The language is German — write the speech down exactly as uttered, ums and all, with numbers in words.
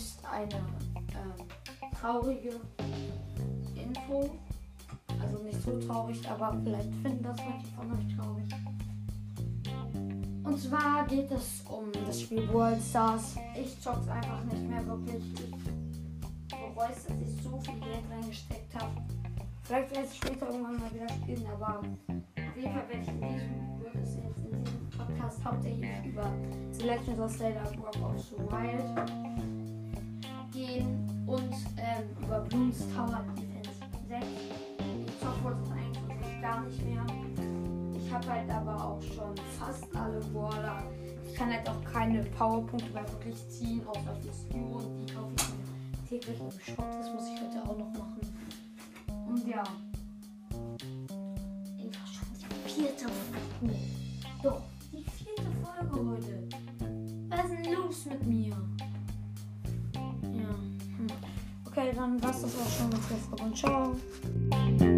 ist eine ähm, traurige Info. Also nicht so traurig, aber vielleicht finden das manche von euch traurig. Und zwar geht es um das Spiel Brawl Stars. Ich zock's einfach nicht mehr wirklich. Ich bereue es, dass ich so viel Geld reingesteckt habe. Vielleicht werde ich später irgendwann mal wieder spielen, aber auf jeden Fall werde ich in diesem, wird es jetzt in diesem Podcast hauptsächlich über The Legend of Zelda Breath of the Wild gehen und ähm, über Bloons Tower Defense sechs. Ich zocke Fortnite eigentlich gar nicht mehr. Ich habe halt aber auch schon fast alle Brawler. Ich kann halt auch keine Powerpunkte mehr wirklich ziehen, außer für Stu, und die kaufe ich mir täglich im Shop. Das muss ich heute auch noch machen. Und ja. Ich war schon die vierte Folge. Doch, die vierte Folge heute. Was ist denn los mit mir? Ja. Hm. Okay, dann war's das auch schon mit der Folge. Und ciao.